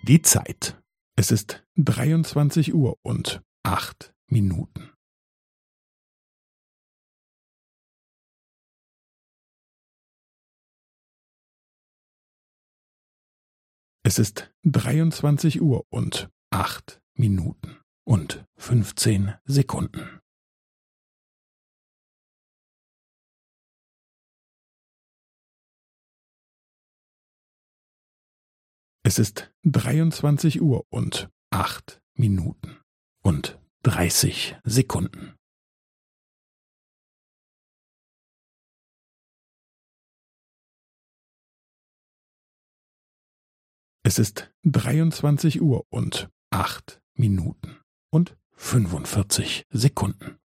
Die Zeit. Es ist 23 Uhr und 8 Minuten. Es ist 23 Uhr und 8 Minuten und 15 Sekunden. Es ist 23 Uhr und 8 Minuten und 30 Sekunden. Es ist 23 Uhr und 8 Minuten und 45 Sekunden.